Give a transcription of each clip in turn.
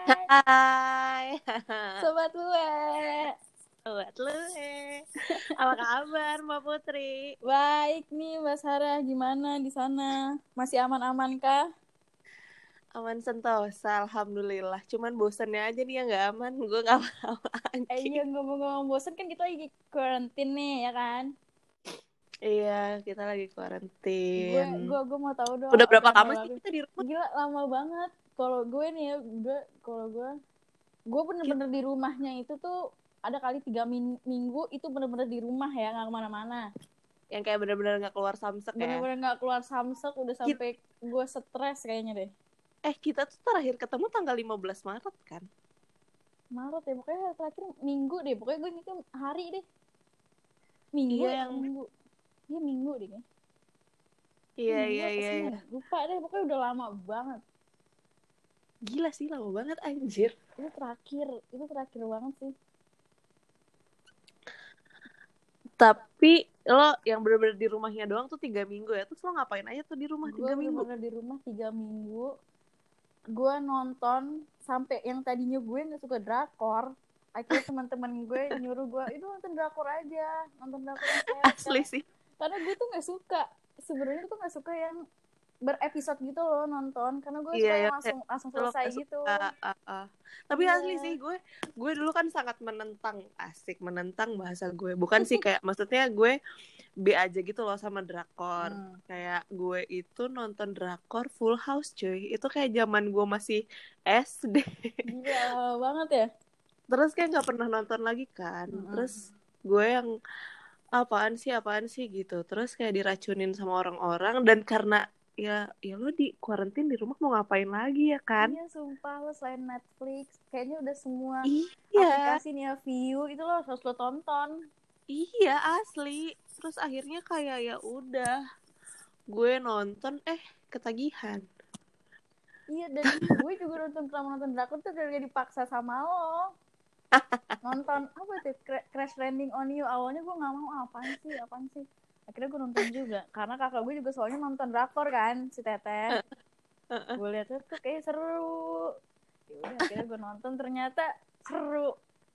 Hai, Hai, Sobat Lue. buat lu apa kabar Mbak Putri? Baik nih Mbak Sarah, gimana di sana? Masih aman-aman kah? Aman sentosa, alhamdulillah. Cuman bosannya aja nih yang nggak aman, gue nggak mau lagi. Iya, ngomong-ngomong bosan kan kita lagi karantin nih, ya kan? Iya, kita lagi Gue karantin. gue gue mau tahu dong Udah apa berapa yang lo lama sih lakuin. kita di rumah? Gila, lama banget. Kalau gue nih ya, kalau gue Kita, bener-bener di rumahnya itu tuh ada kali 3 minggu itu bener-bener di rumah ya, nggak kemana-mana. yang kayak benar-benar nggak keluar samsek ya. Bener-bener nggak keluar samsek, udah Kita, sampai gue stres kayaknya deh. kita tuh terakhir ketemu tanggal 15 Maret kan? Maret ya, pokoknya terakhir minggu deh, pokoknya gue ngitung hari deh, minggu Iya ya yang, minggu, iya minggu deh kayaknya. iya Minggu iya apa iya. Senin Iya. lupa deh, pokoknya udah lama banget. Gila sih, lama banget anjir. Itu terakhir banget sih. Tapi lo yang bener-bener di rumahnya doang tuh 3 minggu ya. Terus lo ngapain aja tuh di rumah Gue 3 minggu? bener-bener di rumah 3 minggu. Gue nonton sampai yang tadinya gue nggak suka drakor, akhirnya teman-teman gue nyuruh gue itu nonton drakor yang seret, Asli sih. karena gue tuh nggak suka, sebenarnya tuh nggak suka yang berepisode gitu loh nonton, karena gue Iya suka ya, yang kayak langsung langsung lo selesai gak gitu. suka. Tapi asli sih Iya. gue dulu kan sangat menentang, asik menentang bahasa gue. Bukan sih kayak maksudnya gue B aja gitu loh sama drakor. Hmm. Kayak gue itu nonton drakor Full House cuy. Itu kayak zaman gue masih SD. Gila, lama banget ya. Terus kayak nggak pernah nonton lagi kan. Mm-mm. Terus gue yang apaan sih gitu. Terus kayak diracunin sama orang-orang dan karena ya lo di kuarantin di rumah mau ngapain lagi ya kan? Iya, sumpah lo selain Netflix, kayaknya udah semua Iya, aplikasi nih ya, view itu lo harus lo tonton. iya asli. Terus akhirnya kayak ya udah gue nonton ketagihan. Iya, dan gue juga pertama nonton drakor tuh gara dipaksa sama lo. Nonton apa itu, Crash Landing on You. Awalnya gue nggak mau, apaan sih. Akhirnya gue nonton juga, karena kakak gue juga soalnya nonton drakor kan, si Teteh. Gue liatnya tuh kayak seru. Ya udah, akhirnya gue nonton, ternyata seru.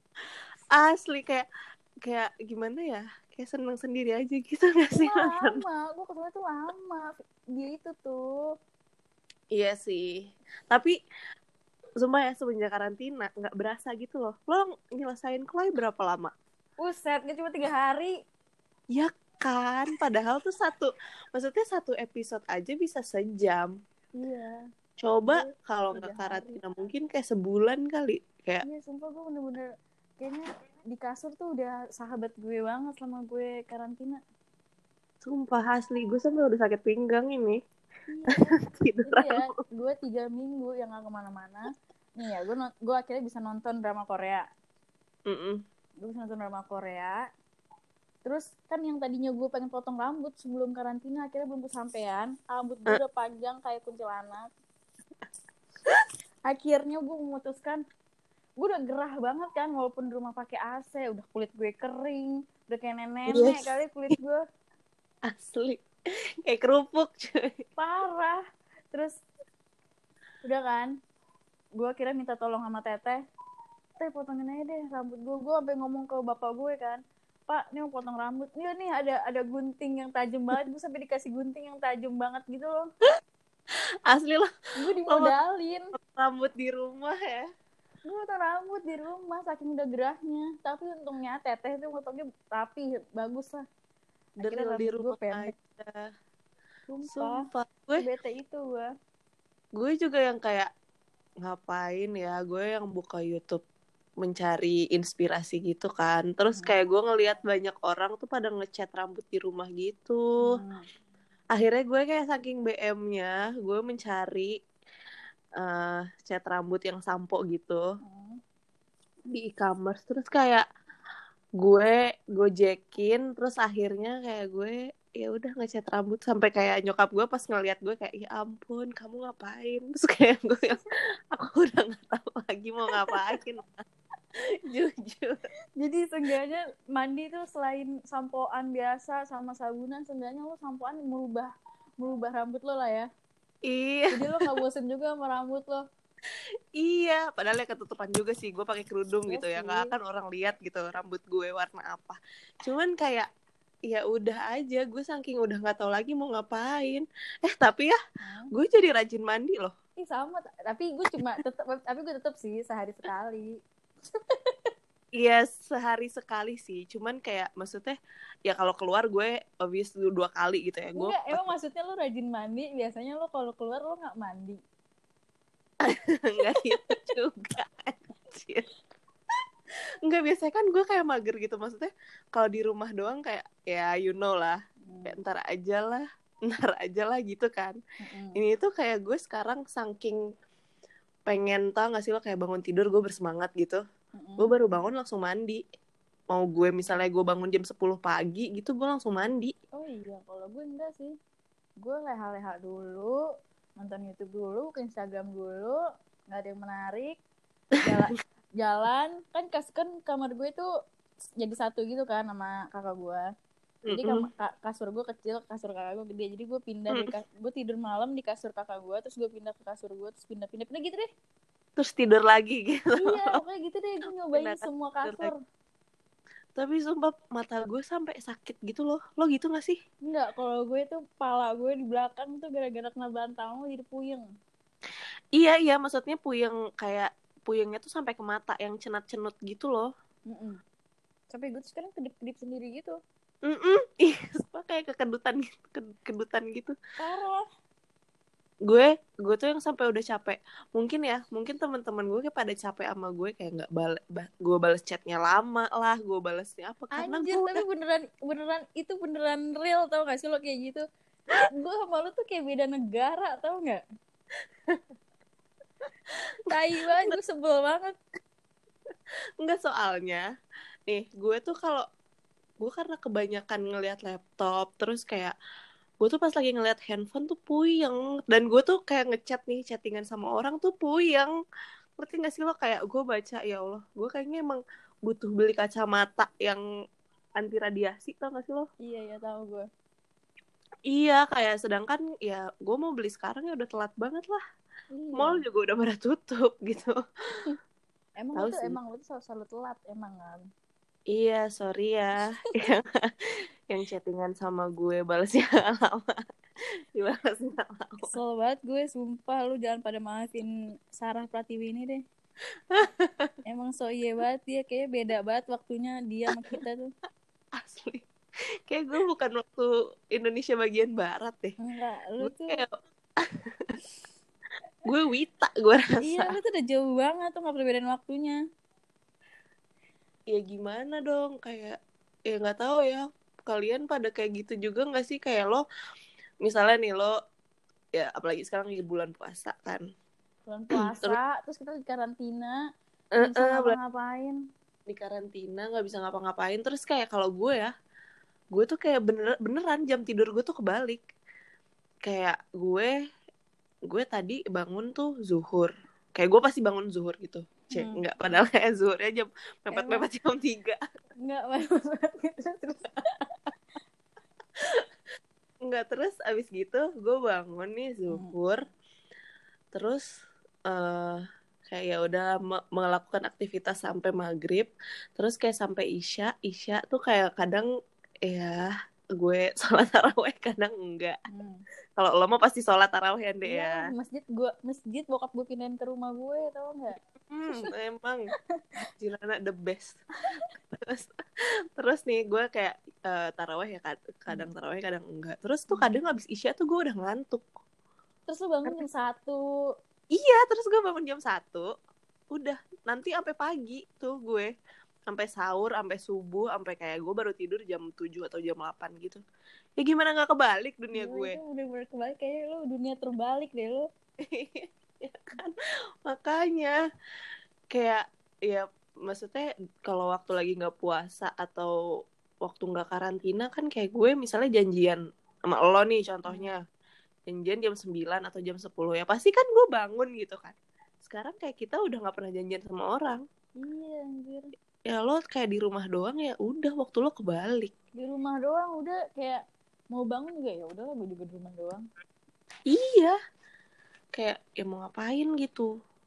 Asli kayak kayak gimana ya? Kayak seneng sendiri aja gitu gak sih nonton? Lama, gue kesana tuh lama. Dia itu tuh. Iya sih. Tapi sumpah ya semenjak karantina nggak berasa gitu loh. Lo nyelesain Chloe berapa lama? Buset, gak cuma 3 hari. Ya kan, padahal tuh maksudnya satu episode aja bisa sejam. Iya, Coba gue kalau nggak 3 hari. karantina mungkin kayak sebulan kali. Kayak Iya, sumpah gue bener-bener kayaknya di kasur tuh udah sahabat gue banget sama gue karantina. sumpah asli gue sampai udah sakit pinggang ini. Iya, itu Tiduran. ya, gue 3 minggu yang gak kemana-mana. Nih ya, gue akhirnya bisa nonton drama Korea. Mm-mm. Gue bisa nonton drama Korea. Terus kan yang tadinya gue pengen potong rambut sebelum karantina, akhirnya belum kesampaian. Rambut gue udah panjang kayak kuntilanak. Akhirnya gue memutuskan, gue udah gerah banget kan, walaupun di rumah pakai AC, udah kulit gue kering, udah kayak nenek-nenek Yes, kali kulit gue, asli kayak kerupuk cuy. parah. Terus udah kan, gue akhirnya minta tolong sama Teteh, potongin aja deh rambut gue sampai ngomong ke bapak gue kan, Pak, ini mau potong rambut, iya nih ada gunting yang tajam banget. Gue sampai dikasih gunting yang tajam banget gitu loh. Asli Gue lo mau dimodalin. rambut di rumah ya. Gue potong rambut di rumah saking udah gerahnya, tapi untungnya Teteh itu potongnya rapi, bagus lah. Akhirnya Drill di rambut gue rumah pendek. aja. Sumpah, Sumpah sebete itu gue. gue juga yang kayak ngapain ya, gue yang buka YouTube mencari inspirasi gitu kan. Terus kayak gue ngelihat banyak orang tuh pada ngecat rambut di rumah gitu. Hmm. Akhirnya gue kayak saking BM-nya gue mencari cat rambut yang sampo gitu Hmm. di e-commerce. Terus kayak gue gojekin, terus akhirnya kayak gue ya udah ngecat rambut sampai kayak nyokap gue pas ngeliat gue kayak ya ampun kamu ngapain, terus kayak gue yang aku udah nggak tahu lagi mau ngapain. Jujur. Jadi seenggaknya mandi tuh selain sampoan biasa sama sabunan, seenggaknya lo sampoan merubah rambut lo lah ya. Iya, Jadi lo nggak bosen juga sama rambut lo. Iya, padahal ya ketutupan juga sih. Gue pakai kerudung Iya gitu ya, sih. nggak akan orang lihat gitu rambut gue warna apa. Cuman kayak ya udah aja, gue saking udah nggak tahu lagi mau ngapain. Tapi ya, Hah? gue jadi rajin mandi loh. Ih sama, tapi gue tetap sih sehari sekali. Iya sehari sekali sih, cuman kayak maksudnya ya kalau keluar gue obvious 2 kali gitu ya. Gue Enggak, emang maksudnya lu rajin mandi, biasanya lu kalau keluar lu nggak mandi. nggak gitu juga. Anjir. Nggak, biasanya kan gue kayak mager gitu, maksudnya kalau di rumah doang kayak ya you know lah, kayak ntar aja lah, ntar aja lah gitu kan. Mm-mm. Ini tuh kayak gue sekarang saking pengen, tau gak sih lo, kayak bangun tidur gue bersemangat gitu, gue Mm-mm. baru bangun langsung mandi. Mau gue misalnya gue bangun jam 10 pagi gitu, gue langsung mandi. Oh iya, kalau gue enggak sih. Gue leha-leha dulu, nonton YouTube dulu, ke Instagram dulu, nggak ada yang menarik. Jalan, jalan kan kamar gue tuh jadi satu gitu kan sama kakak gue. Jadi Mm-mm. kasur gue kecil, kasur kakak gue gede. Jadi gue pindah Mm. gue tidur malam di kasur kakak gue, terus gue pindah ke kasur gue, terus pindah gitu deh. Terus tidur lagi gitu. Iya, pokoknya gitu deh. Gue nyobain Pindah semua tidur lagi. kasur. Tapi sumpah mata gue sampai sakit gitu loh. Lo gitu gak sih? Enggak, kalau gue tuh pala gue di belakang tuh gara-gara kena bantal jadi puyeng. Iya, iya, maksudnya puyeng, kayak puyengnya tuh sampai ke mata yang cenat-cenut gitu loh. Mm-mm. Sampai gue tuh sekarang kedip-kedip sendiri gitu. Ih, sumpah kayak kekedutan gitu, kedutan gitu. Parah. Gue tuh yang sampai udah capek. Mungkin teman-teman gue kayak pada capek sama gue, kayak nggak gue balas chatnya lama lah, gue balasnya apa, karena Anjir, gue tapi udah beneran itu beneran real, tau gak sih lo kayak gitu? Gue sama lo tuh kayak beda negara, tau gak? Tai banget, gue sebel banget. nggak, soalnya nih gue tuh kalau gue karena kebanyakan ngelihat laptop, terus kayak gue tuh pas lagi ngeliat handphone tuh puyeng, dan gue tuh kayak ngechat nih, chattingan sama orang tuh puyeng. Ngerti gak sih lo, kayak gue baca, ya Allah gue kayaknya emang butuh beli kacamata yang anti radiasi, tau gak sih lo? Iya, ya tahu gue. Iya, kayak sedangkan ya gue mau beli sekarang ya udah telat banget lah, mall Iya. juga udah pada tutup gitu. Tahu sih. Emang lo tuh selalu telat emang kan. Iya, sorry ya. yang chattingan sama gue balasnya lama, dibalasnya lama. Kesel banget gue, sumpah lu jangan pada maafin Sarah Pratiwi ini deh. Emang so iya banget dia, kayaknya beda banget waktunya dia sama kita tuh. Asli. Kayak gue bukan waktu Indonesia bagian barat deh. Enggak, lu Gue tuh kayak gue Wita, gue iya, rasa. lu tuh udah jauh banget tuh, gak perbedaan waktunya. Ya gimana dong, kayak ya nggak tahu ya. Kalian pada kayak gitu juga nggak sih, kayak lo misalnya nih lo, ya apalagi sekarang lagi bulan puasa kan. Bulan Terus puasa, terus kita di karantina, gak bisa bulan ngapa-ngapain. di karantina nggak bisa ngapa-ngapain, terus kayak kalau gue tuh kayak beneran jam tidur gue tuh kebalik. Kayak gue tadi bangun tuh zuhur, kayak gue pasti bangun zuhur gitu, cek Hmm. nggak, padahal kayak zuhurnya jam Emang mepet-mepet jam 3. nggak banget gitu terus. Nggak, terus abis gitu gue bangun nih zuhur, terus kayak ya udah melakukan aktivitas sampai maghrib, terus kayak sampai isya isya tuh kayak kadang ya gue sholat taraweh, kadang enggak. Hmm. Kalau lo mah pasti sholat taraweh ya, Dek, ya. Iyalah, masjid bokap gue pindahin ke rumah gue, tau nggak? Emang Jirana the best. terus terus nih gue kayak taraweh ya, kadang taraweh kadang enggak, terus tuh kadang habis isya tuh gue udah ngantuk. Terus lu bangun jam 1. Iya, terus gue bangun jam 1, udah nanti sampai pagi tuh gue, sampai sahur, sampai subuh, sampai kayak gue baru tidur jam 7 atau jam 8 gitu. Ya gimana nggak kebalik dunia Gila, gue. itu bener-bener kebalik, kayaknya lu dunia terbalik deh lu. Ya kan, makanya kayak ya maksudnya kalau waktu lagi nggak puasa atau waktu nggak karantina kan, kayak gue misalnya janjian sama lo nih contohnya, janjian jam 9 atau jam 10, ya pasti kan gue bangun gitu kan. Sekarang kayak kita udah nggak pernah janjian sama orang. Iya anjir, Ya lo kayak di rumah doang, ya udah waktu lo kebalik. di rumah doang udah kayak mau bangun juga ya udahlah, gue juga di rumah doang. Iya, kayak ya mau ngapain gitu.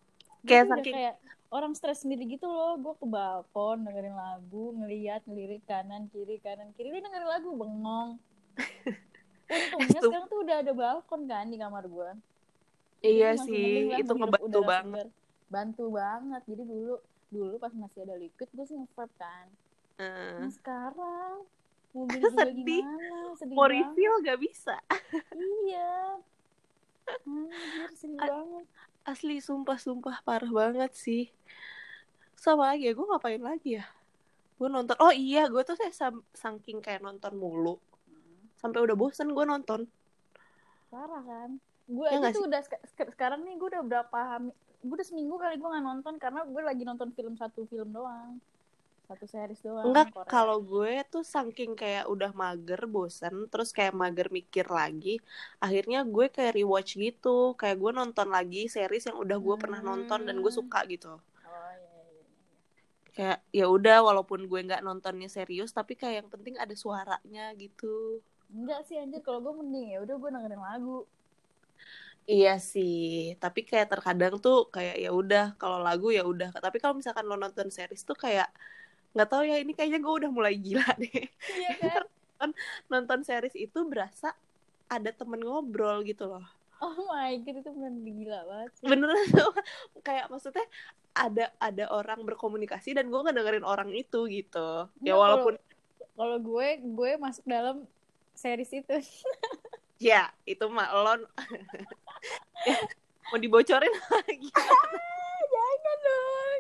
Gue Kayak tuh udah saking kayak orang stres sendiri gitu loh. Gue ke balkon dengerin lagu, ngelirik kanan kiri, dia dengerin lagu bengong. Untungnya itu sekarang tuh udah ada balkon kan di kamar gue, iya jadi masih sih, mending lah itu menghirup ngebantu udara banget. segar. Bantu banget. Jadi dulu dulu pas masih ada liquid gue sih nge-vape kan. Nah Eh, sekarang mau beli juga sedih, gimana, sedih mau banget. refill gak bisa. Iya, anjir sedih A- banget. Asli sumpah parah banget sih. Sama lagi ya, gue ngapain lagi ya, gue nonton, oh iya gue tuh kayak saking kayak nonton mulu sampai udah bosen gue nonton. Parah kan. Gue Ya aja nggak tuh sih? udah sekarang nih gue udah gue udah seminggu kali gue nggak nonton karena gue lagi nonton satu film doang, satu series doang Enggak, Korea. kalau gue tuh saking kayak udah mager, bosen, terus kayak mager mikir lagi, akhirnya gue kayak rewatch gitu, kayak gue nonton lagi series yang udah gue pernah nonton dan gue Hmm. suka gitu. Oh iya, iya, iya. Kayak ya udah, walaupun gue nggak nontonnya serius, tapi kayak yang penting ada suaranya gitu. Enggak sih anjir, kalau gue mending ya udah gue dengerin lagu. Iya sih, tapi kayak terkadang tuh kayak ya udah, kalau lagu ya udah. Tapi kalau misalkan lo nonton series tuh kayak nggak tahu ya, ini kayaknya gue udah mulai gila deh. Iya kan. Nonton nonton series itu berasa ada temen ngobrol gitu loh. Oh my god, itu bener gila banget sih. Beneran tuh, kayak maksudnya ada orang berkomunikasi dan gue ngedengerin orang itu gitu. Ya Enggak, kalau walaupun kalau gue masuk dalam series itu. ya itu mah lo ya, mau dibocorin lagi. Jangan dong.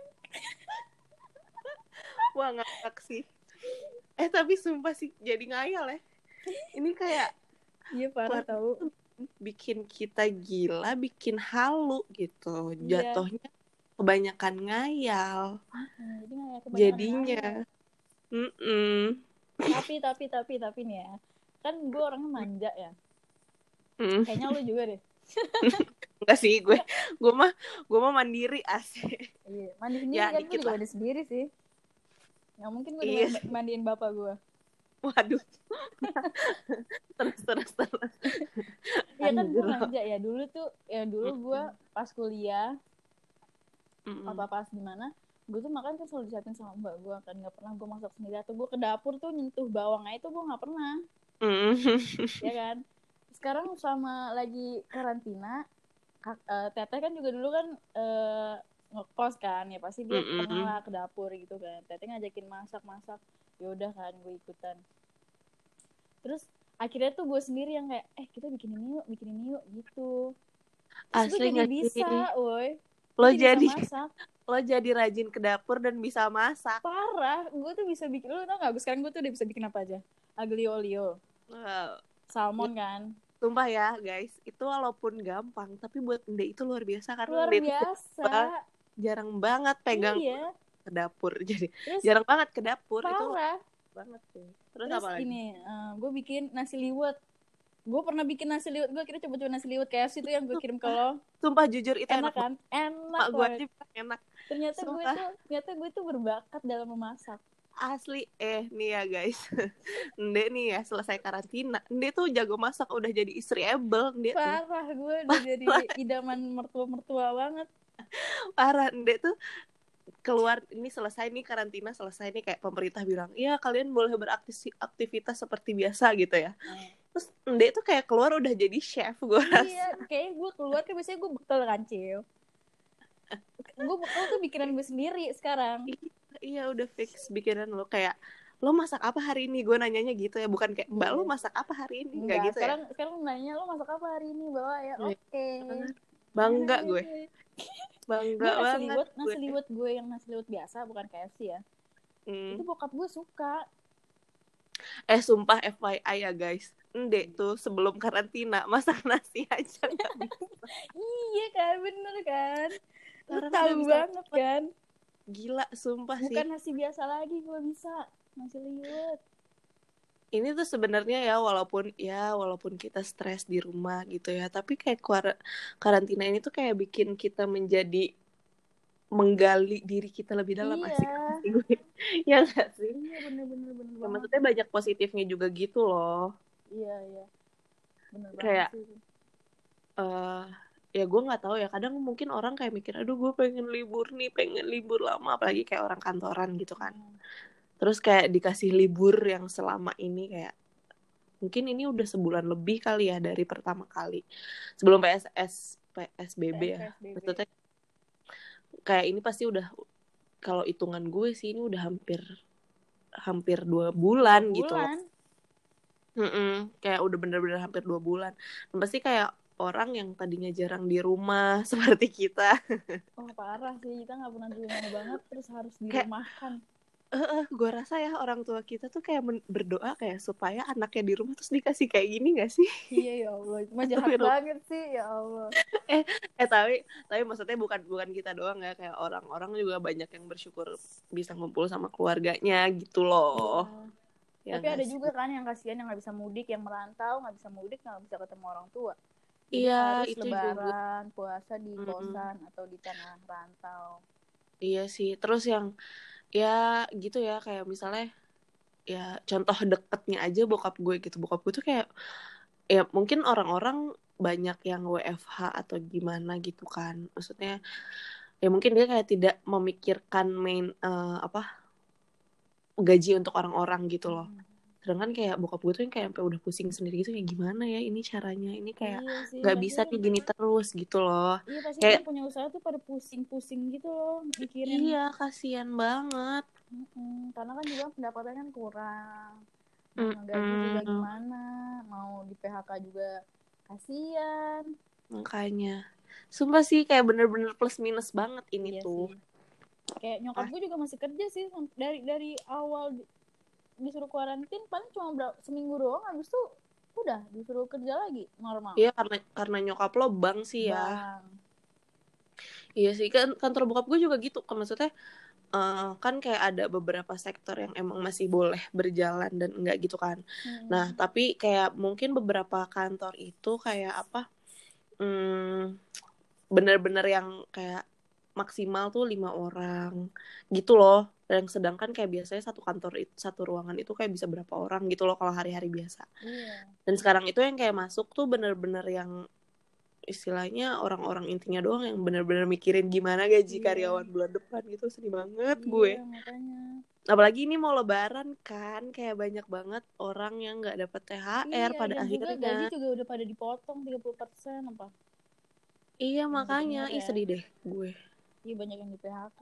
Wah ngakak sih. Tapi sumpah sih jadi ngayal ya. Ini kayak Iya parah keluarga tahu. tuh bikin kita gila, bikin halu gitu. Iya. Jatuhnya kebanyakan ngayal. Jadi nggak kebanyakan Jadinya, ngayal. mm-mm. Tapi nih ya, kan gue orangnya manja ya. Mm. Kayaknya lu juga deh. Enggak sih, gue Enggak. gue mah gue mah mandiri asik. Iya, mandi sendiri Ya kan, gue dikit juga lah. mandi sendiri sih. Nggak mungkin gue Iya sih. mandiin bapak gue. Waduh. terus. Iya kan gue Anjir. manja ya dulu tuh, ya dulu gue pas kuliah apa Mm-mm. pas gimana, gue tuh makan kan selalu disiapin sama mbak gue kan, nggak pernah gue masak sendiri atau gue ke dapur tuh nyentuh bawang aja tuh gue nggak pernah. Mm-mm. Ya kan. Sekarang sama lagi karantina, teteh kan juga dulu kan ngekos kan, ya pasti dia pernah Mm-mm. lah ke dapur gitu kan, teteh ngajakin masak ya udah kan gue ikutan. Terus akhirnya tuh gue sendiri yang kayak kita bikin ini yuk gitu. Terus gue Asli jadi nggak bisa, sih? woi. Lo Gue jadi bisa jadi masak. lo jadi rajin ke dapur dan bisa masak. Parah, gue tuh bisa bikin, lu tau gak, sekarang gue tuh udah bisa bikin apa aja. Aglio olio, Wow. salmon kan. Sumpah ya guys, itu walaupun gampang, tapi buat Ende itu luar biasa karena Luar Ende itu biasa. jarang banget pegang Iya. ke dapur. Jadi Terus jarang banget ke dapur itu parah. banget sih. Terus Terus apa lagi? ini, gue bikin nasi liwet. Gue pernah bikin nasi liwet, gue kira coba-coba nasi liwet KFC tuh yang gue kirim ke lo. Sumpah jujur itu Enak enak kan? banget. Enak Mak gue banget. aja bilang enak. Ternyata Sumpah gue tuh berbakat dalam memasak. asli. Nih ya guys, Ende nih ya selesai karantina, Ende tuh jago masak, udah jadi istri able Ende tuh. Parah, gue udah jadi idaman mertua-mertua banget. Parah Ende tuh keluar ini selesai nih karantina, selesai nih kayak pemerintah bilang iya kalian boleh beraktivitas seperti biasa gitu ya. Terus Ende tuh kayak keluar udah jadi chef gue Iya, rasa. kayak gue keluar kan biasanya gue bekal kan, Cil. Gue bekal tuh bikinan gue sendiri sekarang. Iya udah fix bikinan lo, kayak lo masak apa hari ini, gue nanyanya gitu ya, bukan kayak mbak lo Iya. masak apa hari ini, nggak Enggak, gitu ya. sekarang nanya lo masak apa hari ini, bawa ya. Iya, Oke. bangga gue, bangga Gue banget gue. nasi liwet gue yang nasi liwet biasa, bukan KFC ya. Itu Hmm. bokap gue suka. Sumpah FYI ya guys, Ende tuh sebelum karantina masak nasi aja nggak bisa. Iya kan, bener kan. Lu Sekarang udah tahu bisa banget cepet. kan. Gila sumpah Bukan sih. nasi biasa lagi gue bisa. Nasi liwet. Ini tuh sebenarnya ya walaupun kita stres di rumah gitu ya, tapi kayak karantina ini tuh kayak bikin kita menjadi menggali diri kita lebih dalam. Iya. Asik gue. Ya nggak sih? Iya, bener Ya, banget. maksudnya banyak positifnya juga gitu loh. Iya. Bener banget Kayak sih. eh ya gue nggak tahu ya, kadang mungkin orang kayak mikir aduh gue pengen libur nih, pengen libur lama, apalagi kayak orang kantoran gitu kan. Terus kayak dikasih libur yang selama ini kayak mungkin ini udah sebulan lebih kali ya dari pertama kali sebelum PSBB ya. PSBB. Maksudnya kayak ini pasti udah, kalau hitungan gue sih ini udah hampir 2 bulan gitu loh. Kayak udah bener-bener hampir 2 bulan. Dan pasti kayak orang yang tadinya jarang di rumah seperti kita. Oh parah sih, kita nggak pernah di rumah banget terus harus Kayak dirumahkan. gue rasa ya orang tua kita tuh kayak berdoa kayak supaya anaknya di rumah terus dikasih kayak gini gak sih? Iya ya Allah, itu mah jahat banget sih ya Allah. Tapi maksudnya bukan kita doang ya, kayak orang-orang juga banyak yang bersyukur bisa ngumpul sama keluarganya gitu loh. Ya, tapi ada juga kan yang kasihan yang nggak bisa mudik, yang merantau nggak bisa mudik, nggak bisa ketemu orang tua. Jadi harus itu lebaran, juga. puasa di kosan atau di tanah rantau. Iya sih, terus yang ya gitu ya, kayak misalnya ya contoh deketnya aja bokap gue gitu. Bokap gue tuh kayak ya mungkin orang-orang banyak yang WFH atau gimana gitu kan. Maksudnya ya mungkin dia kayak tidak memikirkan gaji untuk orang-orang gitu loh. Sedangkan kayak bokap gue tuh yang kayak sampai udah pusing sendiri gitu, kayak gimana ya ini caranya, ini kayak nggak bisa nih gini terus gitu loh. Iya pasti Kayak yang punya usaha tuh pada pusing-pusing gitu loh mikirin. iya, kasihan banget. Karena kan juga pendapatannya kan kurang, mau ngegaji juga gimana, mau di PHK juga kasihan. Makanya sumpah sih kayak bener-bener plus minus banget ini tuh sih. Kayak nyokap gue juga masih kerja sih dari awal disuruh karantin paling cuma seminggu doang, habis itu udah disuruh kerja lagi normal. Iya, karena nyokap lo bank sih ya. Iya sih, kan kantor bokap gue juga gitu kan, maksudnya kan kayak ada beberapa sektor yang emang masih boleh berjalan dan enggak gitu kan. Nah tapi kayak mungkin beberapa kantor itu kayak apa, bener-bener yang kayak maksimal tuh 5 orang gitu loh. Dan sedangkan kayak biasanya satu kantor itu, satu ruangan itu kayak bisa berapa orang gitu loh kalau hari-hari biasa. Dan sekarang itu yang kayak masuk tuh bener-bener yang istilahnya orang-orang intinya doang, yang bener-bener mikirin gimana gaji karyawan bulan depan gitu. Sedih banget gue. Makanya. Apalagi ini mau lebaran kan, kayak banyak banget orang yang nggak dapet THR pada dan akhirnya. Juga gaji juga udah pada dipotong 30% apa. Iya makanya, sedih deh gue. Iya banyak yang di PHK.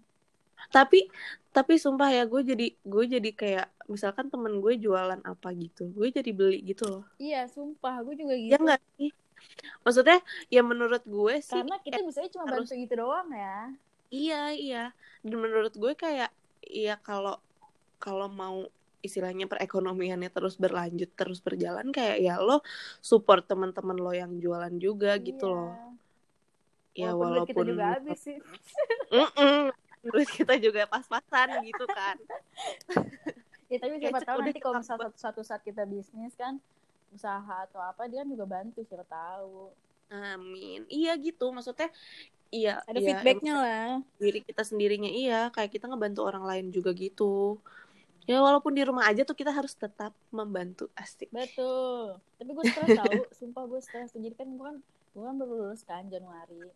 Tapi sumpah ya, gue jadi kayak misalkan temen gue jualan apa gitu, gue jadi beli gitu loh. Iya sumpah gue juga gitu. Ya nggak sih, maksudnya ya menurut gue sih karena kita bisa cuma bantu gitu doang ya. Iya dan menurut gue kayak ya kalau mau istilahnya perekonomiannya terus berlanjut, terus berjalan, kayak ya lo support teman-teman lo yang jualan juga gitu loh. Ya walaupun kita juga habis sih. Duit kita juga pas-pasan gitu kan. Ya tapi siapa tahu nanti kalau misalnya suatu saat kita bisnis kan, usaha atau apa, dia kan juga bantu, siapa tahu. Amin. Iya gitu, maksudnya iya ada feedbacknya lah. Diri kita sendirinya, iya kayak kita ngebantu orang lain juga gitu. Ya walaupun di rumah aja tuh kita harus tetap membantu, asik. Betul. Tapi gue stres tau, sumpah gue stres. Jadi kan gue kan baru lulus kan Januari.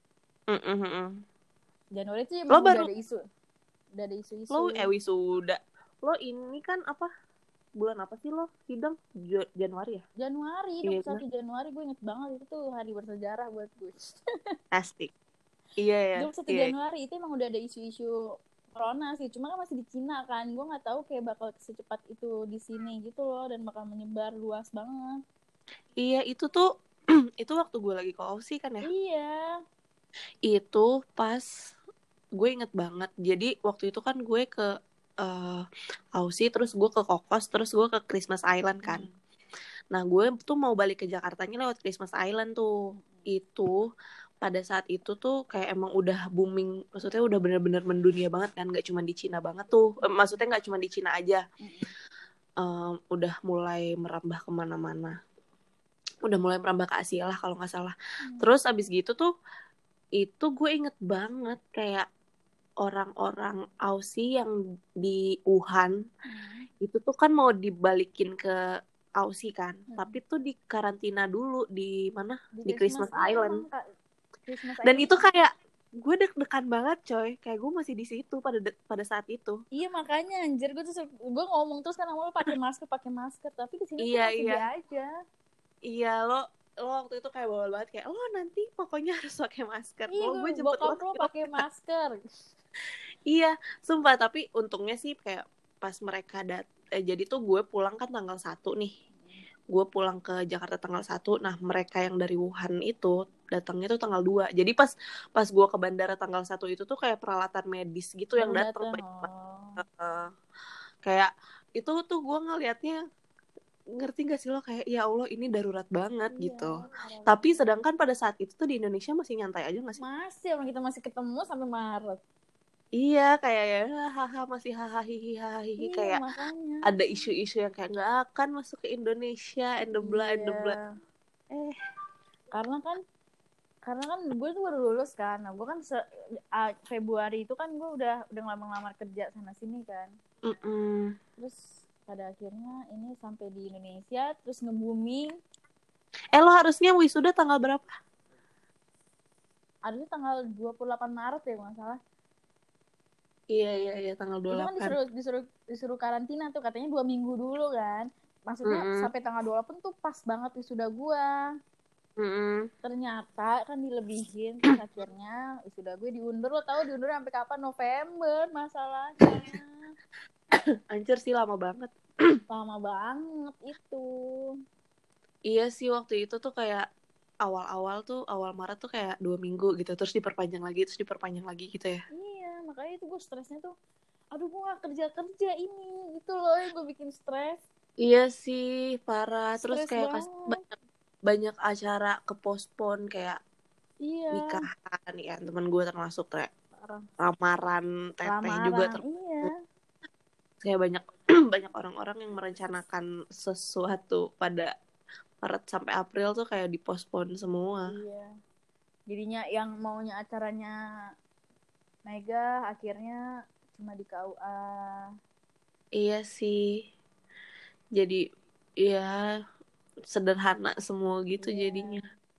Januari tuh emang udah ada isu. Udah ada isu-isu. Lo wisuda. Lo ini kan apa? Bulan apa sih lo sidang? Januari ya? Januari, 21 Januari, gue inget banget itu tuh hari bersejarah buat gue. Asik. Iya ya. 21 Januari itu emang udah ada isu-isu corona sih, cuma kan masih di Cina kan. Gue nggak tahu kayak bakal secepat itu di sini gitu loh, dan bakal menyebar luas banget. Iya, itu tuh itu waktu gue lagi ke Aussie kan ya. Iya. Itu pas, gue inget banget. Jadi waktu itu kan gue ke Aussie, terus gue ke Kokos, terus gue ke Christmas Island kan. Nah gue tuh mau balik ke Jakartanya lewat Christmas Island tuh. Itu pada saat itu tuh kayak emang udah booming, maksudnya udah bener-bener mendunia banget kan, gak cuma di Cina banget tuh, maksudnya gak cuma di Cina aja, udah mulai merambah kemana-mana, udah mulai merambah ke Asia lah kalau gak salah. Terus abis gitu tuh, itu gue inget banget kayak orang-orang Aussie yang di Wuhan itu tuh kan mau dibalikin ke Aussie kan, tapi tuh di karantina dulu di mana, di Christmas iya, Island. emang Christmas Dan Island itu kayak gue deg-degan banget coy, kayak gue masih di situ pada saat itu. iya makanya anjir gue ngomong terus kan awal pakai masker tapi di sini tuh Iya masih iya be aja. iya, lo waktu itu kayak bawel banget, kayak lo nanti pokoknya harus pakai masker Iya, kalau gue jemput bokap lo. lo pakai masker. Iya, sumpah. Tapi untungnya sih kayak pas mereka jadi tuh gue pulang kan tanggal 1 nih. Gue pulang ke Jakarta tanggal 1. Nah, mereka yang dari Wuhan itu datangnya tuh tanggal 2. Jadi pas gue ke bandara tanggal 1 itu tuh kayak peralatan medis gitu yang Baru datang datang. banyak banget. Kayak itu tuh gue ngelihatnya, ngerti gak sih lo, kayak ya Allah ini darurat banget Iya, gitu. parah Tapi banget. sedangkan pada saat itu tuh di Indonesia masih nyantai aja gak sih? Masih orang kita masih ketemu sampai Maret. Iya, kayak ya haha, masih hahaha hihi Iya kayak makanya. ada isu-isu yang kayak nggak akan masuk ke Indonesia, and the blah and the blah. Iya. Karena kan gue tuh baru lulus kan. Nah, gue kan Februari itu kan gue udah ngelamar kerja sana sini kan. Terus pada akhirnya ini sampai di Indonesia terus nge-booming. Lo harusnya wisuda tanggal berapa? Ada tanggal 28 Maret ya kalau nggak salah. Iya tanggal 28. Itu kan disuruh karantina tuh katanya 2 minggu dulu kan. Maksudnya sampai tanggal 28 tuh pas banget wisuda gue. Ternyata kan dilebihin, terus akhirnya wisuda gue diundur. Lo tau diundur sampai kapan? November masalahnya. Anjir sih, lama banget. Lama banget itu. Iya sih, waktu itu tuh kayak awal Maret tuh kayak 2 minggu gitu, terus diperpanjang lagi gitu ya. Iya, makanya itu gue stresnya tuh, aduh gue gak kerja ini gitu loh yang gue bikin stres. Iya sih, parah. Terus Stres kayak banyak acara kepospon, kayak nikahan ya, temen gue termasuk kayak lamaran teteh juga termasuk. Iya. Kayak banyak banyak orang-orang yang merencanakan sesuatu pada Maret sampai April tuh kayak dipospon semua. Iya. Jadinya yang maunya acaranya mega akhirnya cuma di KUA. Iya sih. Jadi ya sederhana semua gitu jadinya.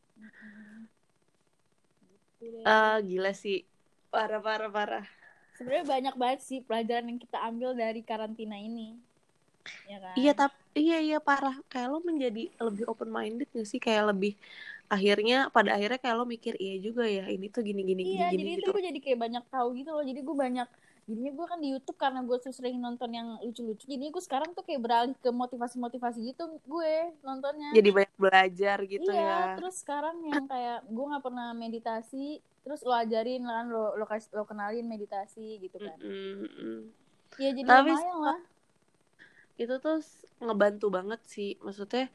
Gila sih. Parah. Sebenarnya banyak banget sih pelajaran yang kita ambil dari karantina ini. Ya kan? Iya, tapi iya parah. Kayak lo menjadi lebih open minded gak sih? Kayak lebih pada akhirnya kayak lo mikir iya juga ya, ini tuh gini Iya, jadi gitu. itu gue jadi kayak banyak tahu gitu loh. Jadi gue banyak, jadinya gue kan di YouTube karena gue tuh sering nonton yang lucu-lucu. Jadi gue sekarang tuh kayak beralih ke motivasi-motivasi gitu gue nontonnya. Jadi banyak belajar gitu iya, ya. terus sekarang yang kayak gue nggak pernah meditasi, terus lo ajarin kan, lo kenalin meditasi gitu kan. Iya, jadi tapi lumayan lah. Itu tuh ngebantu banget sih. Maksudnya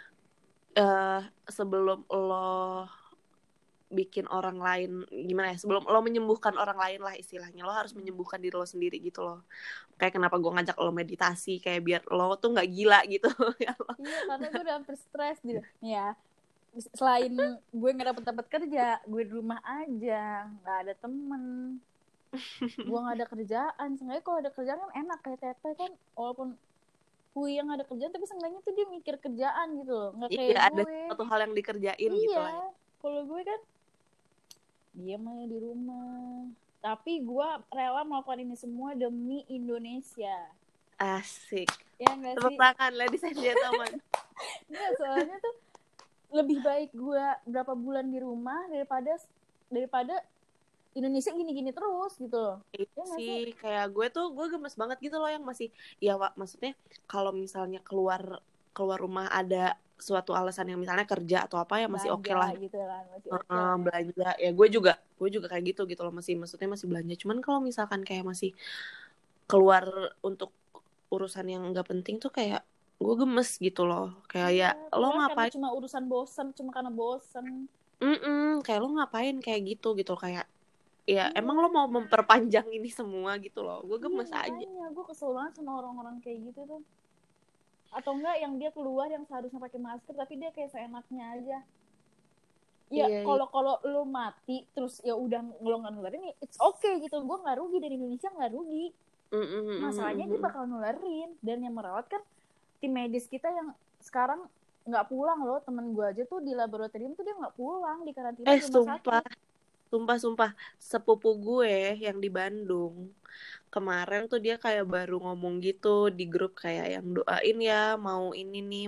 sebelum lo bikin orang lain, gimana ya, sebelum lo menyembuhkan orang lain lah istilahnya, lo harus menyembuhkan diri lo sendiri gitu loh. Kayak kenapa gue ngajak lo meditasi, kayak biar lo tuh nggak gila gitu. Iya, karena gue udah hampir stres gitu ya. Selain gue nggak dapet kerja, gue di rumah aja, nggak ada temen, gue nggak ada kerjaan. Seenggaknya kalau ada kerjaan kan enak, kayak Tete kan walaupun yang ada kerjaan tapi seenggaknya tuh dia mikir kerjaan gitu loh, nggak kayak iya, gue ada satu hal yang dikerjain iya, gitu lah. kalau gue kan diam aja di rumah. Tapi gue rela melakukan ini semua demi Indonesia. Asik. Ya nggak sih? Tepuk tangan ladies and gentlemen. Nggak, soalnya tuh lebih baik gue berapa bulan di rumah daripada Indonesia gini-gini terus gitu loh. Iya sih, kayak gue gemes banget gitu loh yang masih, ya maksudnya kalau misalnya keluar rumah ada suatu alasan yang misalnya kerja atau apa ya masih oke lah gitu kan, masih belanja ya, gue juga kayak gitu loh, maksudnya masih belanja. Cuman kalau misalkan kayak masih keluar untuk urusan yang nggak penting tuh kayak gue gemes gitu loh, kayak ya lo ngapain, cuma urusan bosan, cuma karena bosan. Kayak lo ngapain kayak gitu kayak ya emang lo mau memperpanjang ini semua gitu loh. Gue gemes aja. Gue kesel banget sama orang-orang kayak gitu tuh. Atau enggak yang dia keluar yang seharusnya pakai masker tapi dia kayak seenaknya aja. Ya kalau lo mati terus ya udah lo nggak nularin, it's okay gitu. Gue nggak rugi, dari Indonesia nggak rugi. Masalahnya dia bakal nularin, dan yang merawat kan tim medis kita yang sekarang nggak pulang loh. Temen gue aja tuh di laboratorium tuh dia nggak pulang, di karantina di rumah sakit. Sumpah, sepupu gue yang di Bandung kemarin tuh dia kayak baru ngomong gitu di grup kayak yang doain ya mau ini nih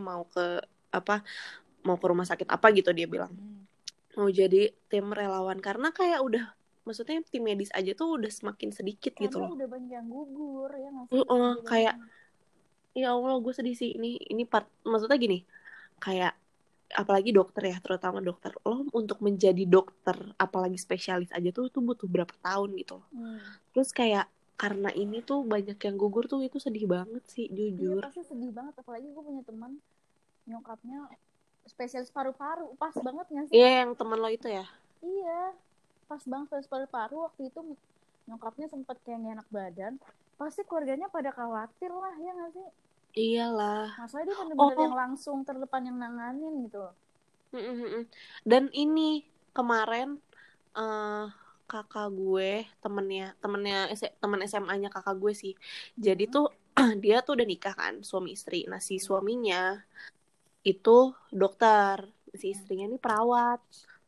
mau ke rumah sakit apa gitu dia bilang mau jadi tim relawan karena kayak udah maksudnya tim medis aja tuh udah semakin sedikit Karena gitu loh. udah banyak yang gugur ya nggak sih, sedih Kayak banget. ya Allah gue sedih sih ini part maksudnya gini kayak apalagi dokter ya terutama dokter lo untuk menjadi dokter apalagi spesialis aja tuh butuh berapa tahun gitu loh. Terus kayak karena ini tuh banyak yang gugur tuh itu sedih banget sih Iya jujur. pasti sedih banget, apalagi gue punya teman nyokapnya spesialis paru-paru, pas banget nggak sih? Iya yang temen lo itu ya. Iya pas banget spesialis paru-paru. Waktu itu nyokapnya sempet kayak gak enak badan, pasti keluarganya pada khawatir lah ya nggak sih? Iyalah. Masalahnya dia bener-bener Oh. yang langsung terdepan yang nanganin gitu. Dan ini kemarin eh kakak gue temen SMA-nya kakak gue sih. Jadi tuh dia tuh udah nikah kan suami istri. Nah si suaminya itu dokter, si istrinya ini perawat.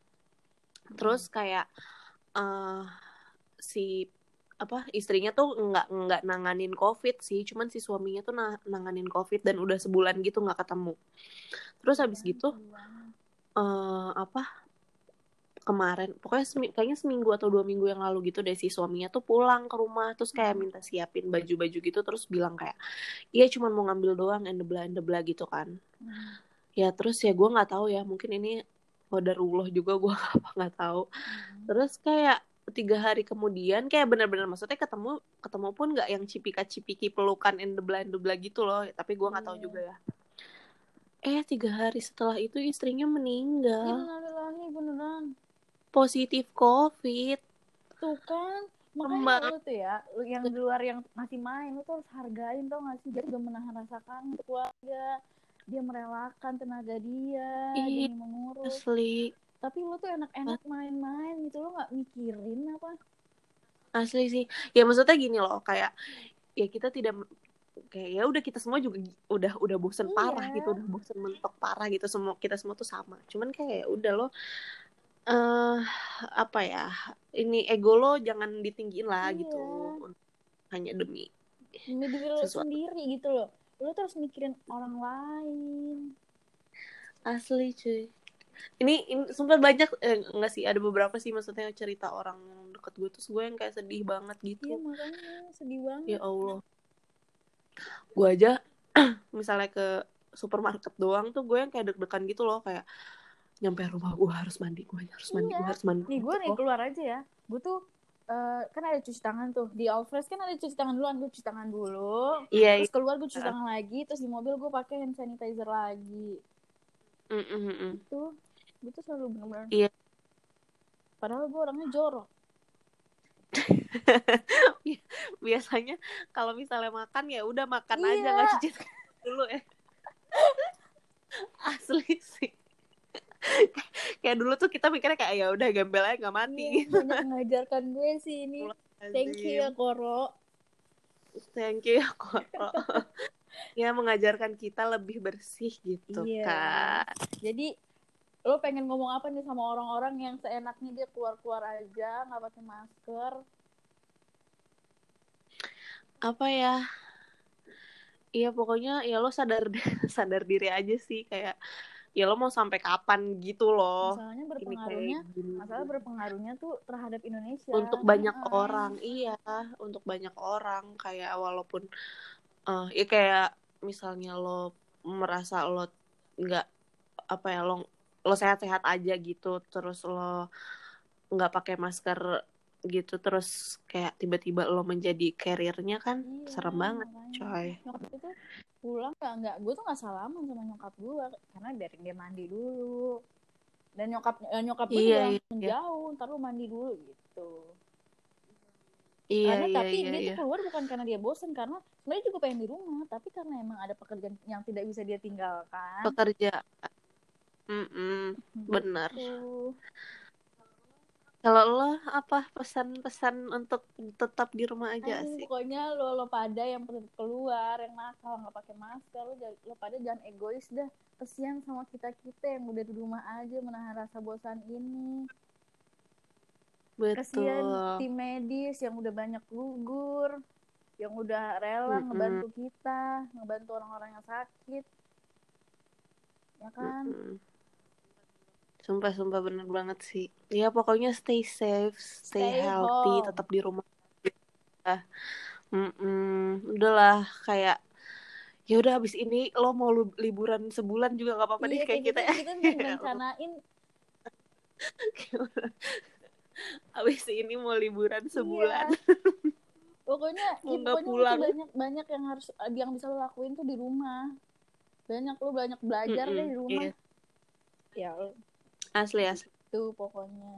Terus kayak eh si istrinya tuh nggak nanganin COVID sih, cuman si suaminya tuh nanganin COVID dan udah sebulan gitu nggak ketemu. Terus habis gitu apa kemarin pokoknya kayaknya seminggu atau 2 minggu yang lalu gitu deh si suaminya tuh pulang ke rumah terus kayak minta siapin baju-baju gitu terus bilang kayak iya cuma mau ngambil doang endebla gitu kan. Ya terus ya gue nggak tahu ya mungkin ini qadarullah juga gue nggak tahu. Terus kayak 3 hari kemudian kayak benar-benar maksudnya ketemu pun nggak yang cipika-cipiki pelukan endebla gitu loh tapi gue nggak tahu juga ya. 3 hari setelah itu istrinya meninggal Innalillahi, beneran positif COVID. tuh kan. Makanya lu tuh ya, lu yang di luar yang masih main, lu tuh harus hargain, tau gak sih? Dia juga menahan rasa kangen untuk keluarga, dia merelakan tenaga dia demi mengurus. Asli. Tapi lu tuh enak-enak main-main gitu, lu gak mikirin apa? Asli sih. Ya maksudnya gini loh, kayak ya kita tidak kayak ya udah kita semua juga udah bosen parah gitu, udah bosen mentok parah gitu semua kita semua tuh sama. Cuman kayak ya udah lo apa ya? Ini ego lo jangan ditinggiin lah gitu hanya demi diri lo sesuatu. sendiri gitu loh. Lo tuh harus mikirin orang lain. Asli cuy. Ini sumpah banyak enggak sih ada beberapa sih maksudnya cerita orang deket gue tuh gue yang kayak sedih banget gitu. Iya makanya sedih banget. Ya Allah. Gue aja misalnya ke supermarket doang tuh gue yang kayak deg-degan gitu loh kayak nyampe rumah gue harus mandi gue harus mandi nih gue nih keluar aja ya, gue tuh kan ada cuci tangan tuh di Alfres, kan ada cuci tangan duluan, gue cuci tangan dulu, terus keluar gue cuci tangan lagi, terus di mobil gue pakai hand sanitizer lagi. Itu gue tuh selalu benar-benar padahal gue orangnya jorok. Biasanya kalau misalnya makan ya udah makan aja nggak cuci dulu ya. Asli sih. Kayak dulu tuh kita mikirnya kayak ya udah gembel aja nggak mati gitu. Banyak mengajarkan gue sih ini. Thank you ya Koro. Ya mengajarkan kita lebih bersih gitu Kak. Jadi lo pengen ngomong apa nih sama orang-orang yang seenaknya dia keluar-keluar aja nggak pakai masker? Apa ya? Iya pokoknya ya lo sadar diri aja sih kayak ya lo mau sampai kapan gitu loh. Masalah berpengaruhnya tuh terhadap Indonesia. Untuk banyak orang, untuk banyak orang kayak walaupun ya kayak misalnya lo merasa lo nggak lo sehat-sehat aja gitu terus lo nggak pakai masker gitu terus kayak tiba-tiba lo menjadi carrier-nya kan serem banget coy. Nyokap itu pulang nggak gue tuh nggak salaman sama nyokap gue karena biarin dia mandi dulu, dan nyokap gue juga menjauh, ntar lu mandi dulu gitu. Tapi dia tuh keluar bukan karena dia bosan, karena sebenarnya juga pengen di rumah, tapi karena emang ada pekerjaan yang tidak bisa dia tinggalkan. Benar. Kalau lo apa pesan-pesan untuk tetap di rumah aja Anjing, sih? pokoknya lo pada yang pergi keluar, yang nakal nggak pakai masker, lo pada jangan egois dah. Kesian sama kita yang udah di rumah aja menahan rasa bosan ini. Kesian Betul. tim medis yang udah banyak gugur, yang udah rela Mm-mm. ngebantu kita, ngebantu orang-orang yang sakit, ya kan? Mm-mm. Sumpah bener banget sih. Ya pokoknya stay safe, stay Stay healthy, home. tetap di rumah. Udahlah kayak ya udah abis ini lo mau liburan sebulan juga nggak apa-apa deh Iya, kayak kayak kita kita ya. kita udah ngerencanain. Abis ini mau liburan sebulan Iya, pokoknya mau nggak pokoknya lu tuh pulang. banyak banyak yang bisa lo lakuin tuh di rumah. Banyak belajar deh di rumah. Iya. Ya Asli asli. tuh pokoknya.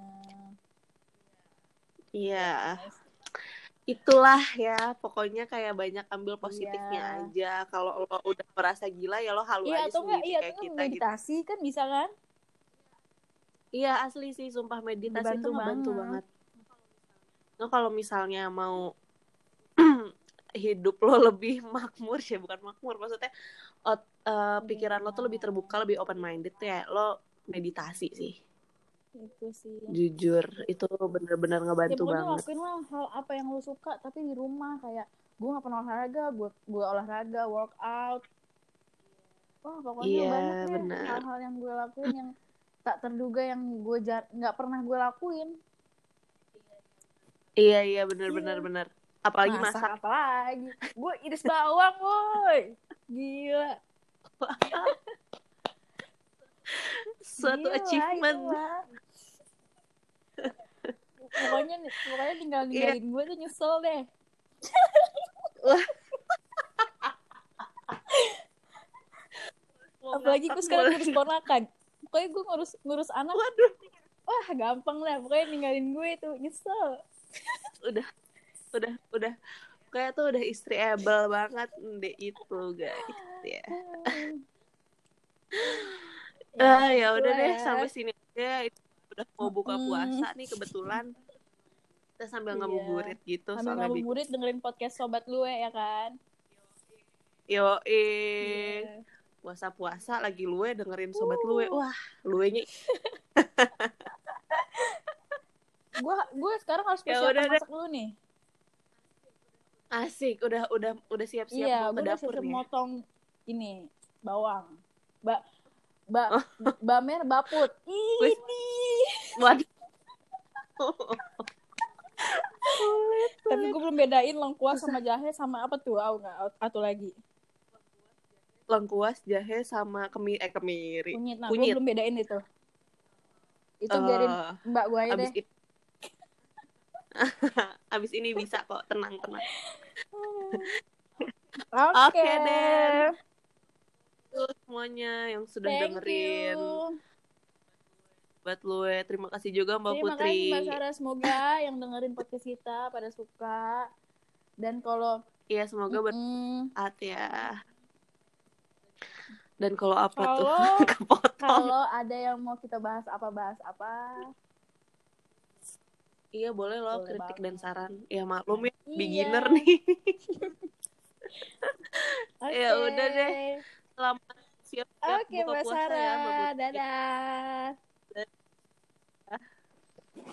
Iya. Yes. Itulah ya pokoknya kayak banyak ambil positifnya Iya. aja. Kalau lo udah merasa gila ya lo halu aja sendiri Iya atau kayak enggak kita gitu. meditasi kan bisa kan? Iya asli sih sumpah meditasi Ngebantu tuh ngebantu banget. banget. Lo kalau misalnya mau hidup lo lebih makmur ya bukan makmur maksudnya pikiran lo tuh lebih terbuka lebih open minded ya lo meditasi sih Itu sih. jujur itu bener-bener Ya ngebantu pokoknya banget. lakuin lah hal apa yang lo suka tapi di rumah, kayak gue nggak pernah olahraga, gue olahraga, workout. Wah pokoknya Iya banyak deh benar. hal-hal yang gue lakuin yang tak terduga, yang gue nggak pernah gue lakuin. Iya benar-benar Iya, benar apalagi masak masak. apa lagi, gue iris bawang woi, gila. Suatu Gila itu achievement. mah. Pokoknya tinggal Iya. ninggalin gue tuh nyesel deh. Wah mau Apalagi ngakak gue sekarang boleh. ngurus ponakan. Pokoknya gue ngurus anak, Waduh wah gampang lah. Pokoknya ninggalin gue itu nyesel. udah udah kayak tuh udah istri able banget deh itu guys ya. Ya Ya udah gitulah deh ya. sampai sini aja. Udah mau buka puasa Hmm, nih kebetulan. Kita sambil iya. ngabuburit gitu Sambil soalnya bingung. ngabuburit dengerin podcast sobat lu ya kan. Yo Iya. puasa-puasa lagi luwe dengerin sobat luwe. Uh, Wah, luwenya gue sekarang harus ya persiapan udah deh. masak dulu nih. Asik, udah siap-siap Iya, mau gue ke udah dapur siap-siap nih ya. motong ini bawang. Ba ba Oh, bamer baput. wis. Ini. Waduh. Tapi gue belum bedain lengkuas sama jahe sama apa tuh? Nggak atau lagi. Lengkuas, jahe sama kemiri. Kunyit. Nah, gue Kunyit. belum bedain itu. Itu biarin mbak gue aja Abis deh. itu abis ini bisa kok, tenang. Oke. Oke deh. Tuh semuanya yang sudah Thank dengerin you. buat lu ya. Terima kasih juga Mbak Terima Putri. kasih Mbak Sarah. Semoga yang dengerin podcast kita pada suka. Dan kalau Iya semoga bermanfaat ya. Dan kalau apa tuh kalau kepotong. ada yang mau kita bahas apa. Iya boleh loh Boleh kritik banget. dan saran. Ya maklum ya Iya. beginner nih. Oke. Ya udah deh. Selamat siap-siap Oke buka Mbak puasa ya Mbak Sarah. Putri. Dadah.